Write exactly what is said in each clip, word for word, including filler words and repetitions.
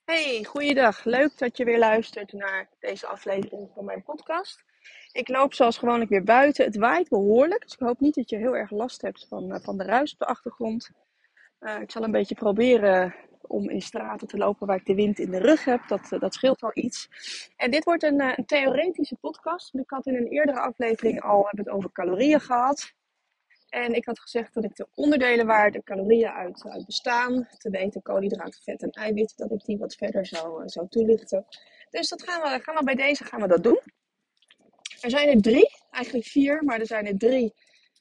Hey, goeiedag. Leuk dat je weer luistert naar deze aflevering van mijn podcast. Ik loop zoals gewoonlijk weer buiten. Het waait behoorlijk, dus ik hoop niet dat je heel erg last hebt van, eh, van de ruis op de achtergrond. Eh, ik zal een beetje proberen om in straten te lopen waar ik de wind in de rug heb. Dat, eh, dat scheelt al iets. En dit wordt een, eh, een theoretische podcast. Ik had in een eerdere aflevering al heb het over calorieën gehad. En ik had gezegd dat ik de onderdelen waar de calorieën uit, uit bestaan, te weten koolhydraten, vet en eiwit, dat ik die wat verder zou, eh, zou toelichten. Dus dat gaan we, gaan we bij deze gaan we dat doen. Er zijn er drie, eigenlijk vier, maar er zijn er drie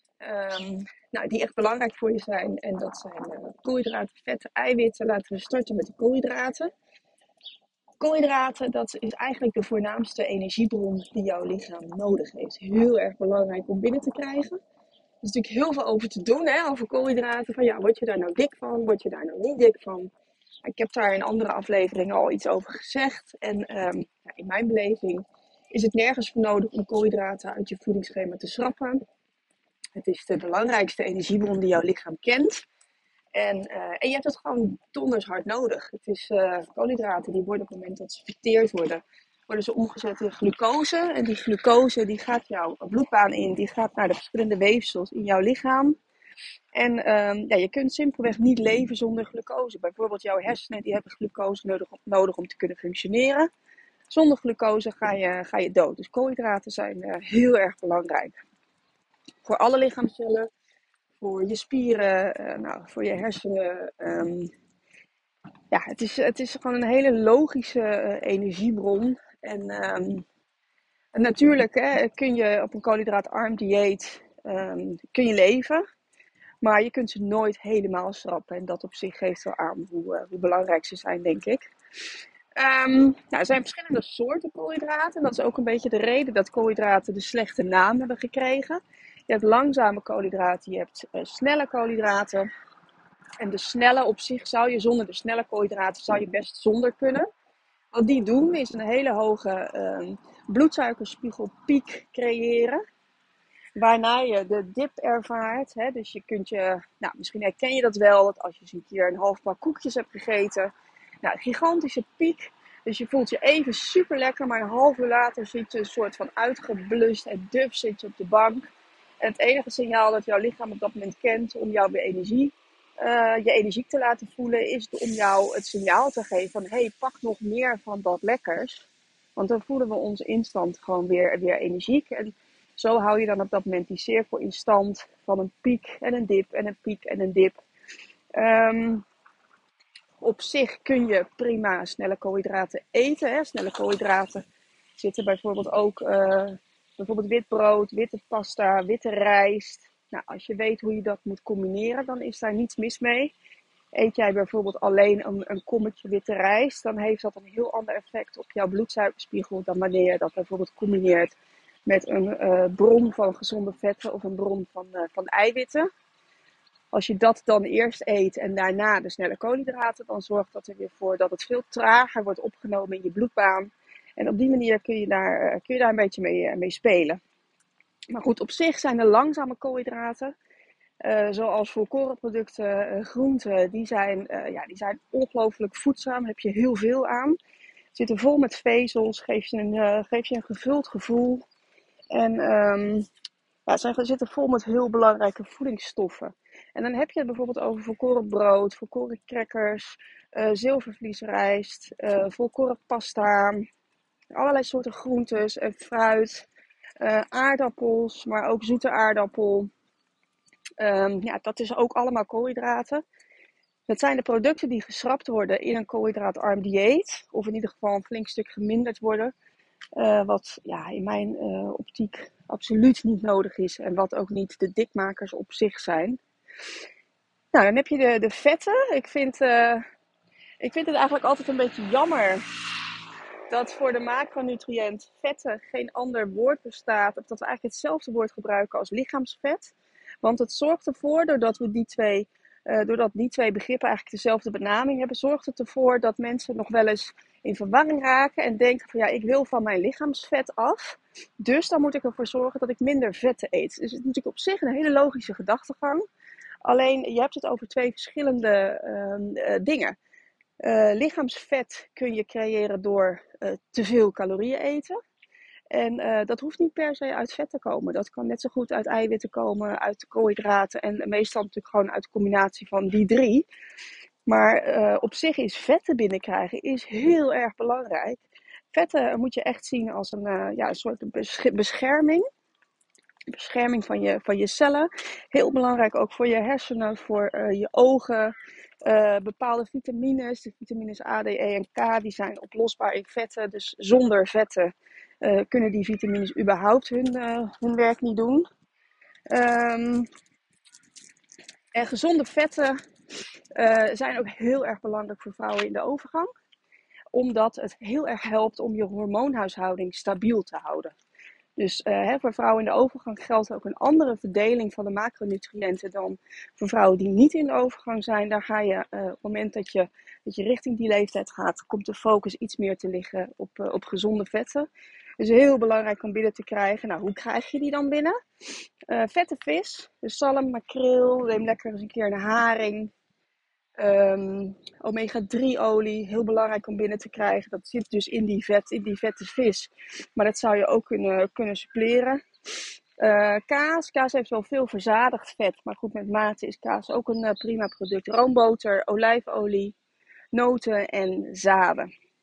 um, nou, die echt belangrijk voor je zijn. En dat zijn uh, koolhydraten, vetten, eiwitten. Laten we starten met de koolhydraten. Koolhydraten, dat is eigenlijk de voornaamste energiebron die jouw lichaam nodig heeft. Heel erg belangrijk om binnen te krijgen. Er is natuurlijk heel veel over te doen, hè, over koolhydraten. Van ja, word je daar nou dik van? Word je daar nou niet dik van? Ik heb daar in andere afleveringen al iets over gezegd. En um, ja, in mijn beleving is het nergens voor nodig om koolhydraten uit je voedingsschema te schrappen. Het is de belangrijkste energiebron die jouw lichaam kent. En, uh, en je hebt het gewoon donders hard nodig. Het is uh, koolhydraten die worden op het moment dat ze verteerd worden, worden ze omgezet in glucose. En die glucose die gaat jouw bloedbaan in, die gaat naar de verschillende weefsels in jouw lichaam. En um, ja, je kunt simpelweg niet leven zonder glucose. Bijvoorbeeld jouw hersenen die hebben glucose nodig, nodig om te kunnen functioneren. Zonder glucose ga je, ga je dood. Dus koolhydraten zijn uh, heel erg belangrijk. Voor alle lichaamscellen, voor je spieren, uh, nou, voor je hersenen. Um, ja, het is, het is gewoon een hele logische uh, energiebron. En, um, en natuurlijk hè, kun je op een koolhydraatarm dieet um, kun je leven. Maar je kunt ze nooit helemaal schrappen. En dat op zich geeft wel aan hoe, uh, hoe belangrijk ze zijn, denk ik. Um, nou, er zijn verschillende soorten koolhydraten. Dat is ook een beetje de reden dat koolhydraten de slechte naam hebben gekregen. Je hebt langzame koolhydraten, je hebt uh, snelle koolhydraten. En de snelle op zich zou je zonder de snelle koolhydraten zou je best zonder kunnen. Wat die doen is een hele hoge um, bloedsuikerspiegelpiek creëren. Waarna je de dip ervaart. Hè? Dus je kunt je, nou misschien herken je dat wel, dat als je eens een keer een half pak koekjes hebt gegeten. Nou, een gigantische piek. Dus je voelt je even super lekker, maar een half uur later zit je een soort van uitgeblust en duf zit je op de bank. En het enige signaal dat jouw lichaam op dat moment kent om jou weer energie, uh, je energiek te laten voelen, is om jou het signaal te geven van hé, hey, pak nog meer van dat lekkers. Want dan voelen we ons instant gewoon weer, weer energiek. En zo hou je dan op dat moment die cirkel in stand van een piek en een dip en een piek en een dip. Um, op zich kun je prima snelle koolhydraten eten. Hè. Snelle koolhydraten zitten bijvoorbeeld ook uh, bijvoorbeeld wit brood, witte pasta, witte rijst. Nou, als je weet hoe je dat moet combineren, dan is daar niets mis mee. Eet jij bijvoorbeeld alleen een, een kommetje witte rijst, dan heeft dat een heel ander effect op jouw bloedsuikerspiegel dan wanneer je dat bijvoorbeeld combineert met een uh, bron van gezonde vetten of een bron van, uh, van eiwitten. Als je dat dan eerst eet en daarna de snelle koolhydraten, dan zorgt dat er weer voor dat het veel trager wordt opgenomen in je bloedbaan. En op die manier kun je daar, uh, kun je daar een beetje mee, uh, mee spelen. Maar goed, op zich zijn er langzame koolhydraten. Uh, zoals volkorenproducten, uh, groenten, die zijn, uh, ja, die zijn ongelooflijk voedzaam. Daar heb je heel veel aan. Zitten vol met vezels, geeft je een, uh, geeft je een gevuld gevoel. En um, ja, ze zitten vol met heel belangrijke voedingsstoffen. En dan heb je het bijvoorbeeld over volkoren brood, volkoren crackers, uh, zilvervliesrijst, uh, volkoren pasta, allerlei soorten groentes en fruit, uh, aardappels, maar ook zoete aardappel. Um, ja, dat is ook allemaal koolhydraten. Dat zijn de producten die geschrapt worden in een koolhydraatarm dieet, of in ieder geval een flink stuk geminderd worden. Uh, wat ja, in mijn uh, optiek absoluut niet nodig is en wat ook niet de dikmakers op zich zijn. Nou, dan heb je de, de vetten. Ik vind, uh, ik vind het eigenlijk altijd een beetje jammer dat voor de macronutriënt vetten geen ander woord bestaat, of dat we eigenlijk hetzelfde woord gebruiken als lichaamsvet. Want het zorgt ervoor, doordat we die twee, uh, doordat die twee begrippen eigenlijk dezelfde benaming hebben, zorgt het ervoor dat mensen nog wel eens in verwarring raken en denken van ja, ik wil van mijn lichaamsvet af. Dus dan moet ik ervoor zorgen dat ik minder vetten eet. Dus het is natuurlijk op zich een hele logische gedachtegang. Alleen je hebt het over twee verschillende uh, uh, dingen. Uh, lichaamsvet kun je creëren door uh, te veel calorieën eten. En uh, dat hoeft niet per se uit vet te komen. Dat kan net zo goed uit eiwitten komen, uit koolhydraten en meestal natuurlijk gewoon uit de combinatie van die drie. Maar uh, op zich is vetten binnenkrijgen is heel erg belangrijk. Vetten moet je echt zien als een, uh, ja, een soort bescherming. Bescherming van je, van je cellen. Heel belangrijk ook voor je hersenen, voor uh, je ogen. Uh, bepaalde vitamines, de vitamines A, D, E en K, die zijn oplosbaar in vetten. Dus zonder vetten uh, kunnen die vitamines überhaupt hun, uh, hun werk niet doen. Um, en gezonde vetten uh, zijn ook heel erg belangrijk voor vrouwen in de overgang. Omdat het heel erg helpt om je hormoonhuishouding stabiel te houden. Dus uh, hè, voor vrouwen in de overgang geldt ook een andere verdeling van de macronutriënten dan voor vrouwen die niet in de overgang zijn. Daar ga je uh, op het moment dat je, dat je richting die leeftijd gaat, komt de focus iets meer te liggen op, uh, op gezonde vetten. Dus heel belangrijk om binnen te krijgen. Nou, hoe krijg je die dan binnen? Uh, vette vis, dus zalm, makreel, neem lekker eens een keer een haring. Um, omega drie olie, heel belangrijk om binnen te krijgen. Dat zit dus in die vet, in die vette vis. Maar dat zou je ook kunnen, kunnen suppleren. Uh, kaas. Kaas heeft wel veel verzadigd vet. Maar goed, met mate is kaas ook een uh, prima product. Roomboter, olijfolie, noten en zaden.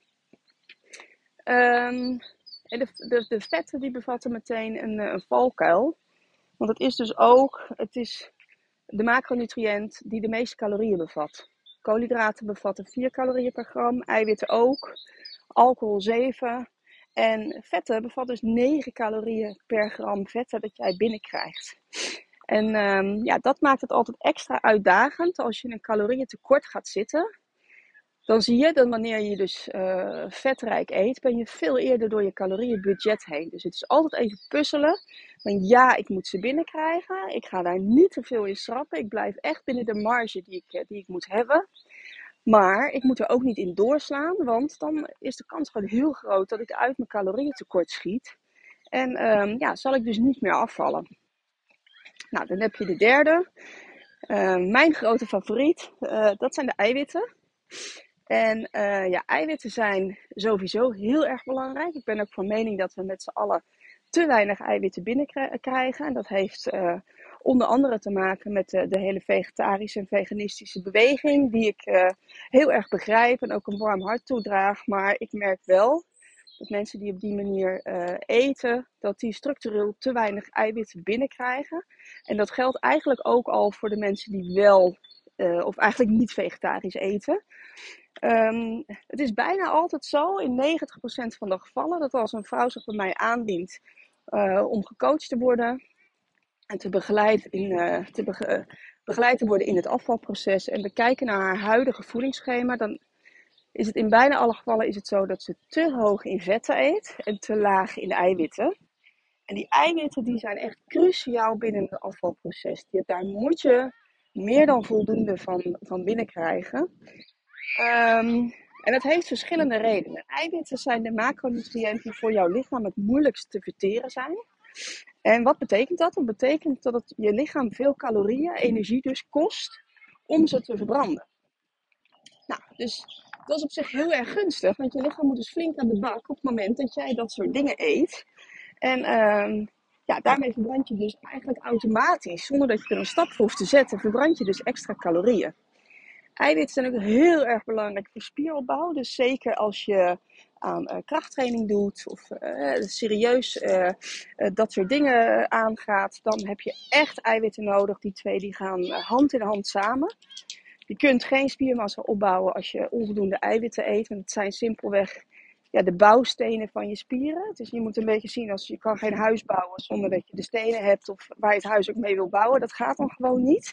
Um, en de, de, de vetten die bevatten meteen een, een valkuil. Want het is dus ook... Het is de macronutriënt die de meeste calorieën bevat. Koolhydraten bevatten vier calorieën per gram, eiwitten ook, alcohol zeven. En vetten bevatten dus negen calorieën per gram vetten dat jij binnenkrijgt. En um, ja, dat maakt het altijd extra uitdagend als je in een calorieëntekort gaat zitten. Dan zie je dat wanneer je dus uh, vetrijk eet, ben je veel eerder door je calorieënbudget heen. Dus het is altijd even puzzelen. Van ja, ik moet ze binnenkrijgen. Ik ga daar niet te veel in schrappen. Ik blijf echt binnen de marge die ik, die ik moet hebben. Maar ik moet er ook niet in doorslaan, want dan is de kans gewoon heel groot dat ik uit mijn calorieëntekort schiet. En um, ja, zal ik dus niet meer afvallen. Nou, dan heb je de derde. Uh, mijn grote favoriet, uh, dat zijn de eiwitten. En uh, ja, eiwitten zijn sowieso heel erg belangrijk. Ik ben ook van mening dat we met z'n allen te weinig eiwitten binnenkrijgen. En dat heeft uh, onder andere te maken met de, de hele vegetarische en veganistische beweging. Die ik uh, heel erg begrijp en ook een warm hart toedraag. Maar ik merk wel dat mensen die op die manier uh, eten, dat die structureel te weinig eiwitten binnenkrijgen. En dat geldt eigenlijk ook al voor de mensen die wel, uh, of eigenlijk niet vegetarisch eten. Um, het is bijna altijd zo, in negentig procent van de gevallen, dat als een vrouw zich bij mij aandient uh, om gecoacht te worden en te begeleid, in, uh, te bege- uh, begeleid te worden in het afvalproces en bekijken naar haar huidige voedingsschema, dan is het in bijna alle gevallen is het zo dat ze te hoog in vetten eet en te laag in eiwitten. En die eiwitten die zijn echt cruciaal binnen het afvalproces. Daar moet je meer dan voldoende van, van binnenkrijgen. Um, en dat heeft verschillende redenen. Eiwitten zijn de macronutriënten die voor jouw lichaam het moeilijkst te verteren zijn. En wat betekent dat? Dat betekent dat het je lichaam veel calorieën, energie dus kost om ze te verbranden. Nou, dus dat is op zich heel erg gunstig, want je lichaam moet dus flink aan de bak op het moment dat jij dat soort dingen eet. En um, ja, daarmee verbrand je dus eigenlijk automatisch, zonder dat je er een stap voor hoeft te zetten, verbrand je dus extra calorieën. Eiwitten zijn ook heel erg belangrijk voor spieropbouw. Dus zeker als je aan uh, krachttraining doet of uh, serieus uh, uh, dat soort dingen aangaat, dan heb je echt eiwitten nodig. Die twee die gaan uh, hand in hand samen. Je kunt geen spiermassa opbouwen als je onvoldoende eiwitten eet. Want het zijn simpelweg ja, de bouwstenen van je spieren. Dus je moet een beetje zien als je kan geen huis bouwen zonder dat je de stenen hebt of waar je het huis ook mee wil bouwen. Dat gaat dan gewoon niet.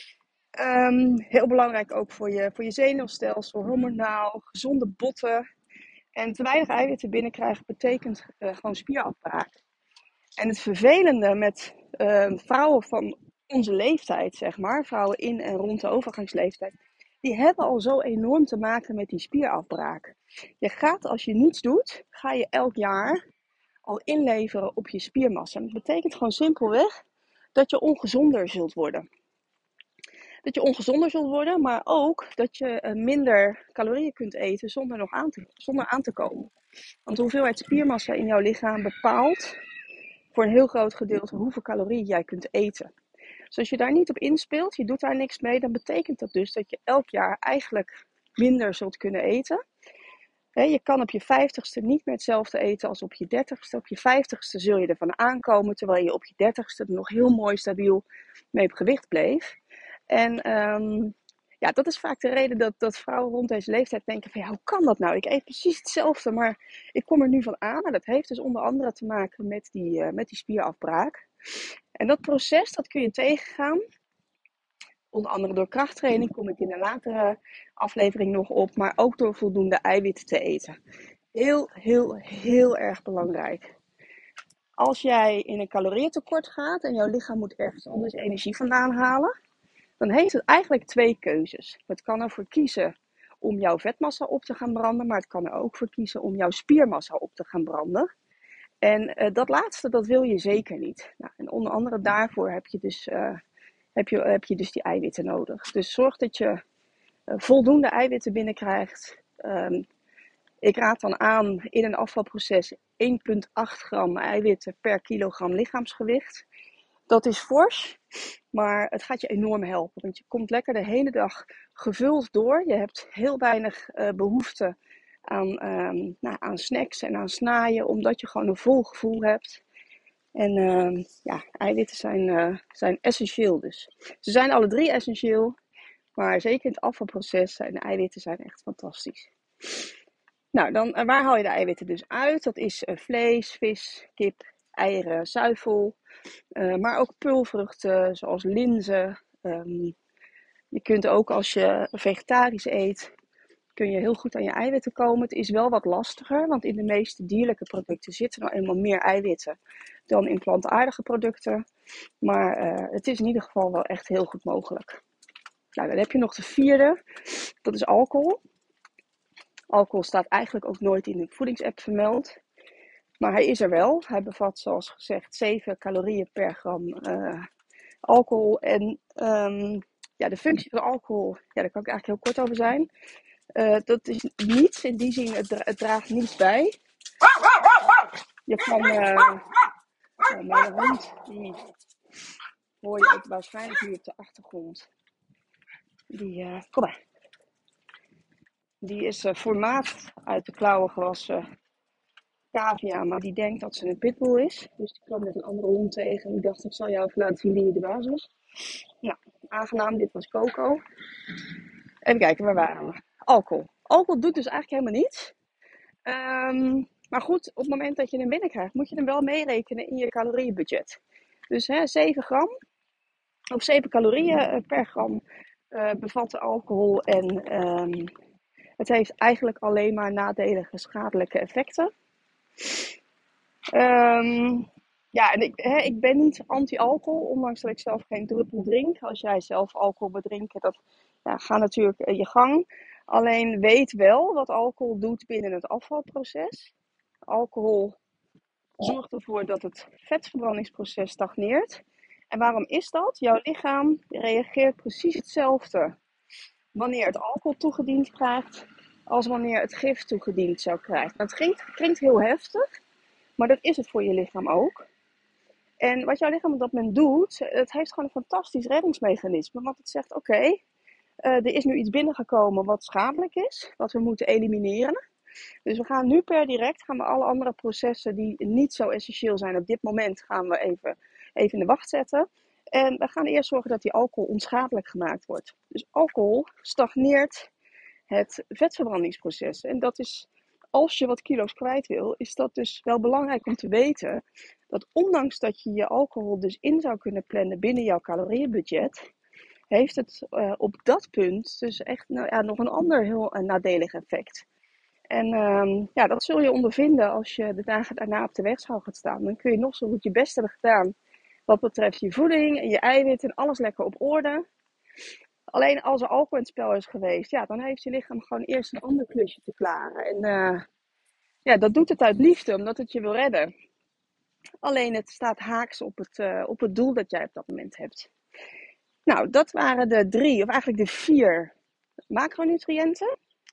Um, heel belangrijk ook voor je, voor je zenuwstelsel, hormonaal, gezonde botten. En te weinig eiwitten binnenkrijgen betekent uh, gewoon spierafbraak. En het vervelende met uh, vrouwen van onze leeftijd, zeg maar, vrouwen in en rond de overgangsleeftijd, die hebben al zo enorm te maken met die spierafbraak. Je gaat, als je niets doet, ga je elk jaar al inleveren op je spiermassa. En dat betekent gewoon simpelweg dat je ongezonder zult worden. dat je ongezonder zult worden, maar ook dat je uh, minder calorieën kunt eten zonder, nog aan te, zonder aan te komen. Want de hoeveelheid spiermassa in jouw lichaam bepaalt voor een heel groot gedeelte hoeveel calorieën jij kunt eten. Dus als je daar niet op inspeelt, je doet daar niks mee, dan betekent dat dus dat je elk jaar eigenlijk minder zult kunnen eten. He, je kan op je vijftigste niet meer hetzelfde eten als op je dertigste. Op je vijftigste zul je ervan aankomen, terwijl je op je dertigste er nog heel mooi stabiel mee op gewicht bleef. En um, ja, dat is vaak de reden dat, dat vrouwen rond deze leeftijd denken van ja, hoe kan dat nou? Ik eet precies hetzelfde, maar ik kom er nu van aan. En dat heeft dus onder andere te maken met die, uh, met die spierafbraak. En dat proces, dat kun je tegengaan. Onder andere door krachttraining, kom ik in een latere aflevering nog op. Maar ook door voldoende eiwitten te eten. Heel, heel, heel erg belangrijk. Als jij in een calorieëntekort gaat en jouw lichaam moet ergens anders energie vandaan halen, dan heeft het eigenlijk twee keuzes. Het kan ervoor kiezen om jouw vetmassa op te gaan branden, maar het kan er ook voor kiezen om jouw spiermassa op te gaan branden. En uh, dat laatste, dat wil je zeker niet. Nou, en onder andere daarvoor heb je, dus, uh, heb, je, heb je dus die eiwitten nodig. Dus zorg dat je uh, voldoende eiwitten binnenkrijgt. Um, ik raad dan aan in een afvalproces één komma acht gram eiwitten per kilogram lichaamsgewicht. Dat is fors, maar het gaat je enorm helpen. Want je komt lekker de hele dag gevuld door. Je hebt heel weinig uh, behoefte aan, um, nou, aan snacks en aan snaaien, omdat je gewoon een vol gevoel hebt. En uh, ja, eiwitten zijn, uh, zijn essentieel dus. Ze zijn alle drie essentieel, maar zeker in het afvalproces zijn de eiwitten zijn echt fantastisch. Nou, dan, uh, waar haal je de eiwitten dus uit? Dat is uh, vlees, vis, kip, eieren, zuivel. Uh, maar ook peulvruchten zoals linzen. Um, je kunt ook als je vegetarisch eet, kun je heel goed aan je eiwitten komen. Het is wel wat lastiger, want in de meeste dierlijke producten zitten nou eenmaal meer eiwitten dan in plantaardige producten. Maar uh, het is in ieder geval wel echt heel goed mogelijk. Nou, dan heb je nog de vierde, dat is alcohol. Alcohol staat eigenlijk ook nooit in de voedingsapp vermeld. Maar hij is er wel. Hij bevat, zoals gezegd, zeven calorieën per gram uh, alcohol. En um, ja, de functie van alcohol, ja, daar kan ik eigenlijk heel kort over zijn. Uh, dat is niets in die zin, het, dra- het draagt niets bij. Je kan, uh, uh, mijn hond, die hoor je ook waarschijnlijk nu op de achtergrond. Die, uh, kom maar. Die is uh, formaat uit de klauwen gewassen cavia, maar die denkt dat ze een pitbull is. Dus die kwam met een andere hond tegen en die dacht, ik zal jou even laten zien wie je de baas is. Nou, aangenaam, dit was Coco. Even kijken, waar waren we? Alcohol. Alcohol doet dus eigenlijk helemaal niets. Um, maar goed, op het moment dat je hem binnenkrijgt, moet je hem wel meerekenen in je calorieënbudget. Dus hè, zeven gram, of zeven calorieën per gram uh, bevat de alcohol. En um, het heeft eigenlijk alleen maar nadelige, schadelijke effecten. Um, ja, en ik, hè, ik ben niet anti-alcohol, ondanks dat ik zelf geen druppel drink. Als jij zelf alcohol wil drinken, dat ja, gaat natuurlijk uh, je gang. Alleen weet wel wat alcohol doet binnen het afvalproces. Alcohol zorgt ervoor dat het vetverbrandingsproces stagneert. En waarom is dat? Jouw lichaam reageert precies hetzelfde wanneer het alcohol toegediend krijgt als wanneer het gif toegediend zou krijgen. Dat klinkt, klinkt heel heftig, maar dat is het voor je lichaam ook. En wat jouw lichaam op dat moment doet, het heeft gewoon een fantastisch reddingsmechanisme. Want het zegt, oké, okay, uh, er is nu iets binnengekomen wat schadelijk is, wat we moeten elimineren. Dus we gaan nu per direct, gaan we alle andere processen die niet zo essentieel zijn op dit moment, gaan we even, even in de wacht zetten. En we gaan eerst zorgen dat die alcohol onschadelijk gemaakt wordt. Dus alcohol stagneert het vetverbrandingsproces. En dat is, als je wat kilo's kwijt wil, is dat dus wel belangrijk om te weten dat ondanks dat je je alcohol dus in zou kunnen plannen binnen jouw calorieënbudget, heeft het uh, op dat punt dus echt nou, ja, nog een ander heel uh, nadelig effect. En um, ja, dat zul je ondervinden als je de dagen daarna op de weegschaal gaat staan. Dan kun je nog zo goed je best hebben gedaan wat betreft je voeding en je eiwitten en alles lekker op orde. Alleen als er alcohol in het spel is geweest, ja, dan heeft je lichaam gewoon eerst een ander klusje te klaren. En uh, ja, dat doet het uit liefde, omdat het je wil redden. Alleen het staat haaks op het, uh, op het doel dat jij op dat moment hebt. Nou, dat waren de drie, of eigenlijk de vier macronutriënten.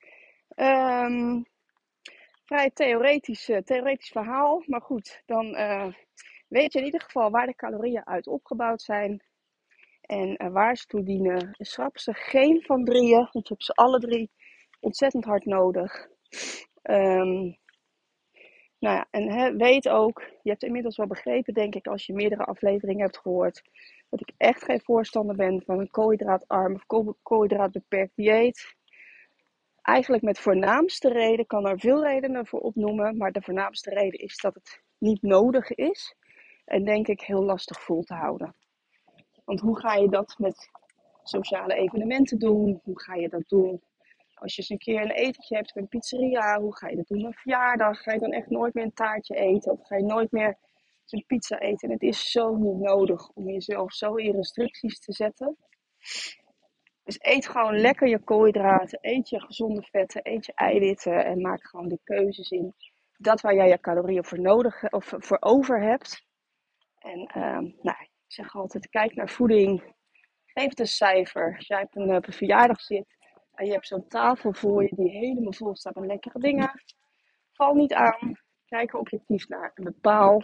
Um, vrij theoretisch, uh, theoretisch verhaal, maar goed, dan uh, weet je in ieder geval waar de calorieën uit opgebouwd zijn en uh, waar ze toe dienen. Schrap ze geen van drieën, want je hebt ze alle drie ontzettend hard nodig. Um, nou ja, en he, weet ook, je hebt inmiddels wel begrepen, denk ik, als je meerdere afleveringen hebt gehoord, dat ik echt geen voorstander ben van een koolhydraatarm of koolhydraatbeperkt dieet. Eigenlijk met voornaamste reden, ik kan er veel redenen voor opnoemen, maar de voornaamste reden is dat het niet nodig is en denk ik heel lastig vol te houden. Want hoe ga je dat met sociale evenementen doen? Hoe ga je dat doen als je eens een keer een etentje hebt bij een pizzeria? Hoe ga je dat doen op een verjaardag? Ga je dan echt nooit meer een taartje eten? Of ga je nooit meer een pizza eten? En het is zo niet nodig om jezelf zo in restricties te zetten. Dus eet gewoon lekker je koolhydraten, eet je gezonde vetten, eet je eiwitten en maak gewoon de keuzes in dat waar jij je calorieën voor nodig of voor over hebt. En uh, nou, ik zeg altijd, kijk naar voeding, geef het een cijfer. Als jij op een, op een verjaardag zit en je hebt zo'n tafel voor je die helemaal vol staat met lekkere dingen, val niet aan, kijk er objectief naar en bepaal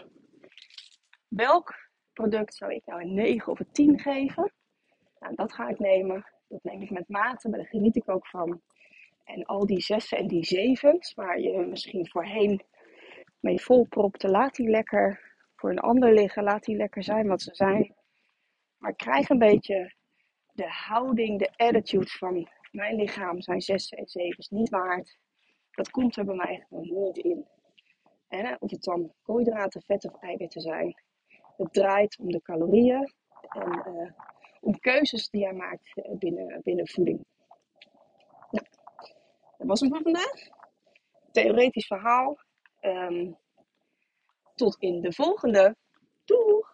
welk product zou ik nou een negen of een tien geven. Nou, dat ga ik nemen. Dat neem ik met mate, maar daar geniet ik ook van. En al die zessen en die zevens, waar je misschien voorheen mee volpropte, laat die lekker voor een ander liggen. Laat die lekker zijn wat ze zijn. Maar krijg een beetje de houding, de attitude van mijn lichaam zijn zessen en zevens niet waard. Dat komt er bij mij gewoon niet in. En of het dan koolhydraten, vetten of eiwitten zijn. Het draait om de calorieën en uh, om keuzes die jij maakt binnen, binnen voeding. Nou, dat was het voor vandaag. Theoretisch verhaal. Um, tot in de volgende. Doeg!